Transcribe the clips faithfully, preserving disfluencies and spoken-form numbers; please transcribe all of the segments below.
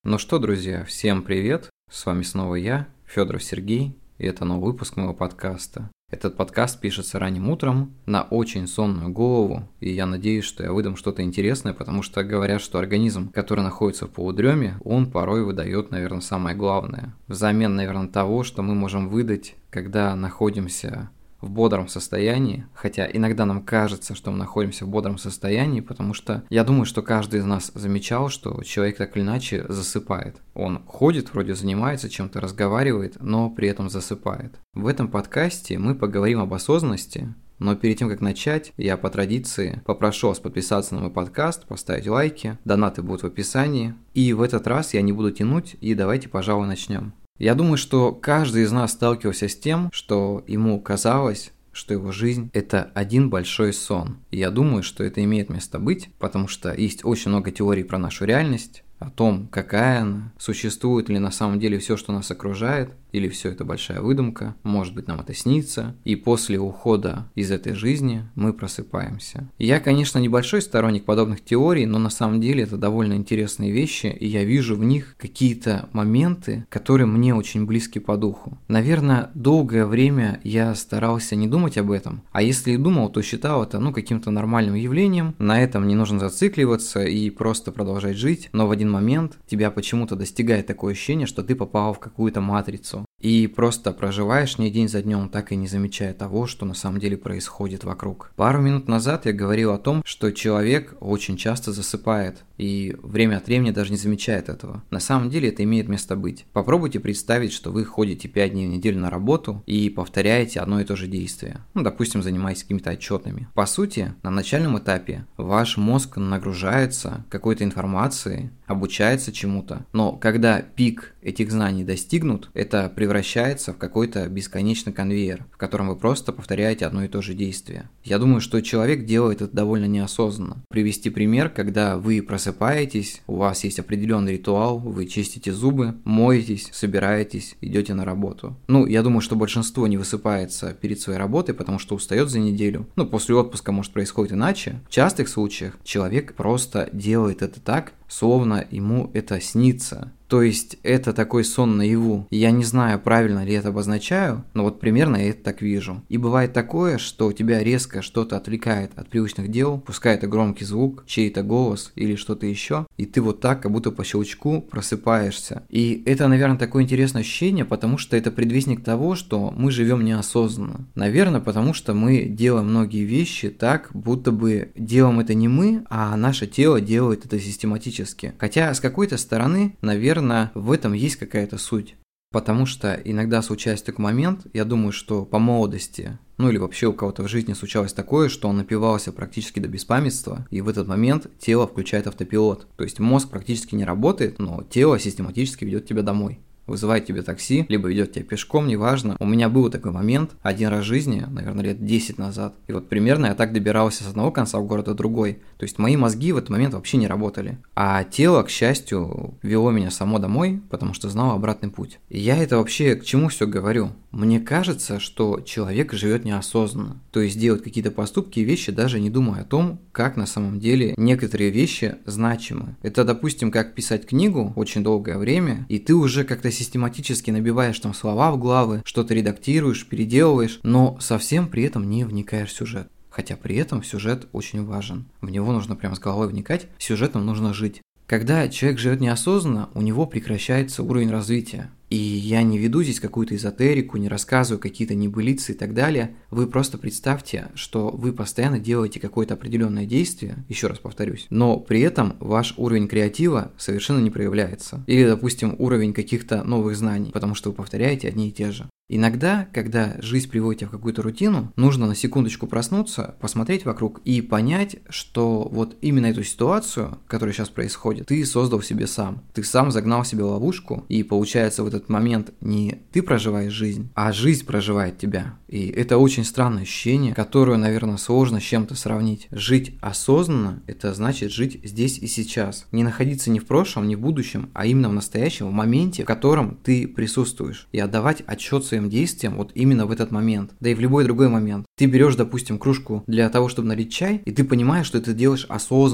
Ну что, друзья, всем привет! С вами снова я, Федоров Сергей, и это новый выпуск моего подкаста. Этот подкаст пишется ранним утром на очень сонную голову, и я надеюсь, что я выдам что-то интересное, потому что говорят, что организм, который находится в полудреме, он порой выдает, наверное, самое главное. Взамен, наверное, того, что мы можем выдать, когда находимся в бодром состоянии, хотя иногда нам кажется, что мы находимся в бодром состоянии, потому что я думаю, что каждый из нас замечал, что человек так или иначе засыпает. Он ходит, вроде занимается чем-то, разговаривает, но при этом засыпает. В этом подкасте мы поговорим об осознанности, но перед тем, как начать, я по традиции попрошу вас подписаться на мой подкаст, поставить лайки, донаты будут в описании, и в этот раз я не буду тянуть, и давайте, пожалуй, начнем. Я думаю, что каждый из нас сталкивался с тем, что ему казалось, что его жизнь – это один большой сон. И я думаю, что это имеет место быть, потому что есть очень много теорий про нашу реальность, о том, какая она, существует ли на самом деле все, что нас окружает, или все это большая выдумка, может быть, нам это снится, и после ухода из этой жизни мы просыпаемся. Я, конечно, небольшой сторонник подобных теорий, но на самом деле это довольно интересные вещи, и я вижу в них какие-то моменты, которые мне очень близки по духу. Наверное, долгое время я старался не думать об этом, а если и думал, то считал это, ну, каким-то нормальным явлением, на этом не нужно зацикливаться и просто продолжать жить, но в один момент тебя почему-то достигает такое ощущение, что ты попал в какую-то матрицу. И просто проживаешь не день за днем, так и не замечая того, что на самом деле происходит вокруг. Пару минут назад я говорил о том, что человек очень часто засыпает и время от времени даже не замечает этого. На самом деле это имеет место быть. Попробуйте представить, что вы ходите пять дней в неделю на работу и повторяете одно и то же действие. Ну, допустим, занимаетесь какими-то отчетами. По сути, на начальном этапе ваш мозг нагружается какой-то информацией, обучается чему-то, но когда пик этих знаний достигнут, это превращается в какой-то бесконечный конвейер, в котором вы просто повторяете одно и то же действие. Я думаю, что человек делает это довольно неосознанно. Привести пример, когда вы просыпаетесь, у вас есть определенный ритуал, вы чистите зубы, моетесь, собираетесь, идете на работу. Ну, я думаю, что большинство не высыпается перед своей работой, потому что устает за неделю. Ну, после отпуска, может, происходит иначе. В частых случаях человек просто делает это так, словно ему это снится. То есть это такой сон наяву. Я не знаю, правильно ли это обозначаю, но вот примерно я это так вижу. И бывает такое, что тебя резко что-то отвлекает от привычных дел, пускай это громкий звук, чей-то голос или что-то еще, и ты вот так, как будто по щелчку просыпаешься. И это, наверное, такое интересное ощущение, потому что это предвестник того, что мы живем неосознанно. Наверное, потому что мы делаем многие вещи так, будто бы делаем это не мы, а наше тело делает это систематически. Хотя с какой-то стороны, наверное, в этом есть какая-то суть. Потому что иногда случается такой момент, я думаю, что по молодости, ну или вообще у кого-то в жизни случалось такое, что он напивался практически до беспамятства, и в этот момент тело включает автопилот. То есть мозг практически не работает, но тело систематически ведет тебя домой. Вызывает тебе такси, либо ведет тебя пешком, неважно. У меня был такой момент один раз в жизни, наверное, лет десять назад. И вот примерно я так добирался с одного конца города в другой. То есть мои мозги в этот момент вообще не работали. А тело, к счастью, вело меня само домой, потому что знало обратный путь. И я это вообще к чему все говорю? Мне кажется, что человек живет неосознанно. То есть делает какие-то поступки и вещи, даже не думая о том, как на самом деле некоторые вещи значимы. Это, допустим, как писать книгу очень долгое время, и ты уже как-то систематически набиваешь там слова в главы, что-то редактируешь, переделываешь, но совсем при этом не вникаешь в сюжет. Хотя при этом сюжет очень важен. В него нужно прямо с головой вникать, сюжетом нужно жить. Когда человек живет неосознанно, у него прекращается уровень развития. И я не веду здесь какую-то эзотерику, не рассказываю какие-то небылицы и так далее. Вы просто представьте, что вы постоянно делаете какое-то определенное действие, еще раз повторюсь, но при этом ваш уровень креатива совершенно не проявляется. Или, допустим, уровень каких-то новых знаний, потому что вы повторяете одни и те же. Иногда, когда жизнь приводит тебя в какую-то рутину, нужно на секундочку проснуться, посмотреть вокруг и понять, что вот именно эту ситуацию, которая сейчас происходит, ты создал себе сам. Ты сам загнал себе в ловушку, и получается в этот момент не ты проживаешь жизнь, а жизнь проживает тебя. И это очень странное ощущение, которое, наверное, сложно с чем-то сравнить. Жить осознанно – это значит жить здесь и сейчас. Не находиться ни в прошлом, ни в будущем, а именно в настоящем, в моменте, в котором ты присутствуешь. И отдавать отчет своим действиям вот именно в этот момент. Да и в любой другой момент. Ты берешь, допустим, кружку для того, чтобы налить чай, и ты понимаешь, что ты это делаешь осознанно.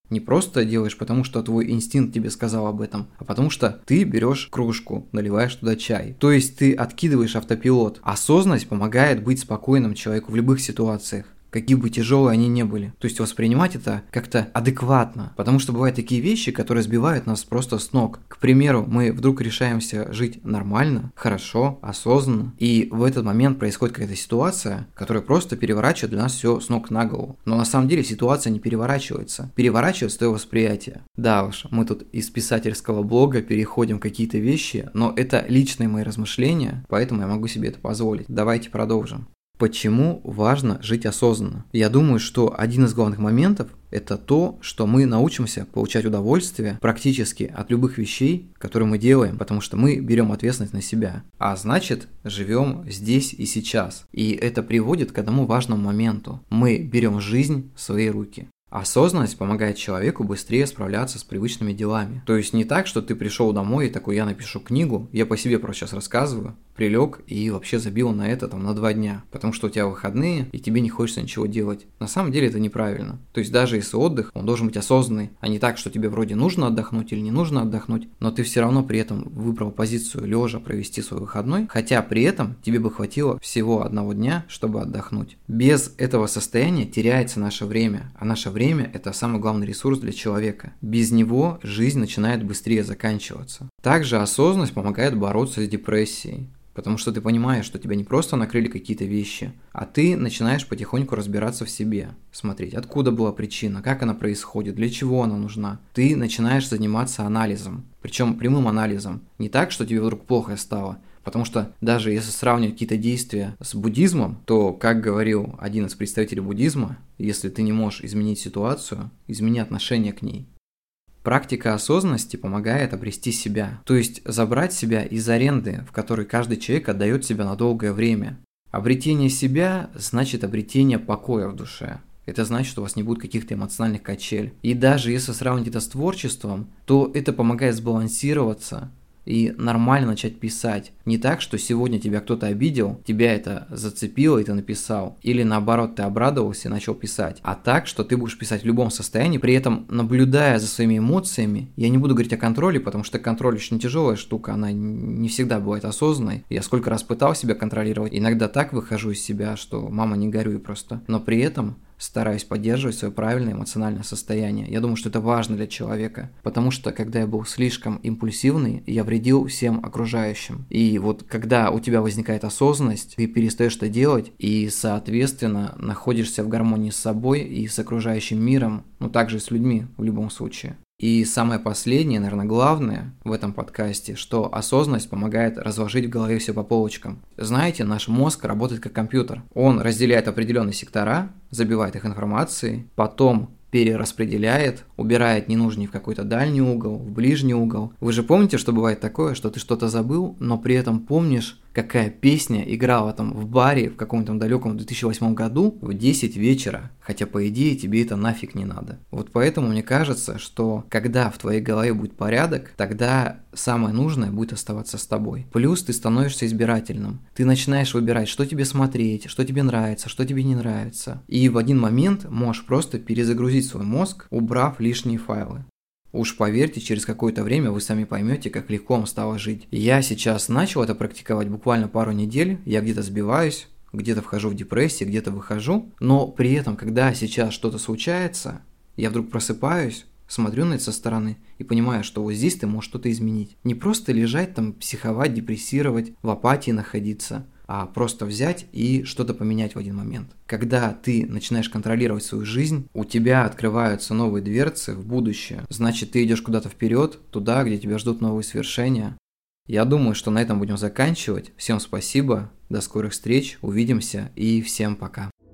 Не просто делаешь, потому что твой инстинкт тебе сказал об этом, а потому что ты берешь кружку, наливаешь туда чай. То есть ты откидываешь автопилот. Осознанность помогает быть спокойным человеку в любых ситуациях, какие бы тяжелые они ни были. То есть воспринимать это как-то адекватно. Потому что бывают такие вещи, которые сбивают нас просто с ног. К примеру, мы вдруг решаемся жить нормально, хорошо, осознанно. И в этот момент происходит какая-то ситуация, которая просто переворачивает для нас все с ног на голову. Но на самом деле ситуация не переворачивается. Переворачивается твое восприятие. Да уж, мы тут из писательского блога переходим в какие-то вещи, но это личные мои размышления, поэтому я могу себе это позволить. Давайте продолжим. Почему важно жить осознанно? Я думаю, что один из главных моментов – это то, что мы научимся получать удовольствие практически от любых вещей, которые мы делаем, потому что мы берем ответственность на себя. А значит, живем здесь и сейчас. И это приводит к одному важному моменту. Мы берем жизнь в свои руки. Осознанность помогает человеку быстрее справляться с привычными делами. То есть не так, что ты пришел домой и такой, я напишу книгу, я по себе просто сейчас рассказываю, прилег и вообще забил на это там на два дня, потому что у тебя выходные и тебе не хочется ничего делать. На самом деле это неправильно. То есть даже если отдых, он должен быть осознанный, а не так, что тебе вроде нужно отдохнуть или не нужно отдохнуть, но ты все равно при этом выбрал позицию лежа провести свой выходной, хотя при этом тебе бы хватило всего одного дня, чтобы отдохнуть. Без этого состояния теряется наше время, а наше время – это самый главный ресурс для человека. Без него жизнь начинает быстрее заканчиваться. Также осознанность помогает бороться с депрессией. Потому что ты понимаешь, что тебя не просто накрыли какие-то вещи, а ты начинаешь потихоньку разбираться в себе, смотреть, откуда была причина, как она происходит, для чего она нужна. Ты начинаешь заниматься анализом, причем прямым анализом. Не так, что тебе вдруг плохо стало, потому что даже если сравнивать какие-то действия с буддизмом, то, как говорил один из представителей буддизма, если ты не можешь изменить ситуацию, измени отношение к ней. Практика осознанности помогает обрести себя, то есть забрать себя из аренды, в которой каждый человек отдает себя на долгое время. Обретение себя значит обретение покоя в душе. Это значит, что у вас не будет каких-то эмоциональных качелей. И даже если сравнить это с творчеством, то это помогает сбалансироваться и нормально начать писать. Не так, что сегодня тебя кто-то обидел, тебя это зацепило и ты написал. Или наоборот, ты обрадовался и начал писать. А так, что ты будешь писать в любом состоянии, при этом наблюдая за своими эмоциями. Я не буду говорить о контроле, потому что контроль очень тяжелая штука, она не всегда бывает осознанной. Я сколько раз пытался себя контролировать, иногда так выхожу из себя, что мама, не горюй просто. Но при этом стараюсь поддерживать свое правильное эмоциональное состояние. Я думаю, что это важно для человека, потому что когда я был слишком импульсивный, я вредил всем окружающим. И вот когда у тебя возникает осознанность, ты перестаешь это делать и, соответственно, находишься в гармонии с собой и с окружающим миром, ну также и с людьми в любом случае. И самое последнее, наверное, главное в этом подкасте, что осознанность помогает разложить в голове все по полочкам. Знаете, наш мозг работает как компьютер. Он разделяет определенные сектора, забивает их информацией, потом перераспределяет, убирает ненужный в какой-то дальний угол, в ближний угол. Вы же помните, что бывает такое, что ты что-то забыл, но при этом помнишь, какая песня играла там в баре в каком-то далеком две тысячи восьмом году в десять вечера, хотя по идее тебе это нафиг не надо. Вот поэтому мне кажется, что когда в твоей голове будет порядок, тогда самое нужное будет оставаться с тобой. Плюс ты становишься избирательным. Ты начинаешь выбирать, что тебе смотреть, что тебе нравится, что тебе не нравится. И в один момент можешь просто перезагрузить свой мозг, убрав лишние файлы. Уж поверьте, через какое-то время вы сами поймете, как легко вам стало жить. Я сейчас начал это практиковать буквально пару недель, я где-то сбиваюсь, где-то вхожу в депрессию, где-то выхожу, но при этом, когда сейчас что-то случается, я вдруг просыпаюсь, смотрю на это со стороны и понимаю, что вот здесь ты можешь что-то изменить. Не просто лежать там, психовать, депрессировать, в апатии находиться, а просто взять и что-то поменять в один момент. Когда ты начинаешь контролировать свою жизнь, у тебя открываются новые дверцы в будущее. Значит, ты идешь куда-то вперед, туда, где тебя ждут новые свершения. Я думаю, что на этом будем заканчивать. Всем спасибо, до скорых встреч, увидимся и всем пока.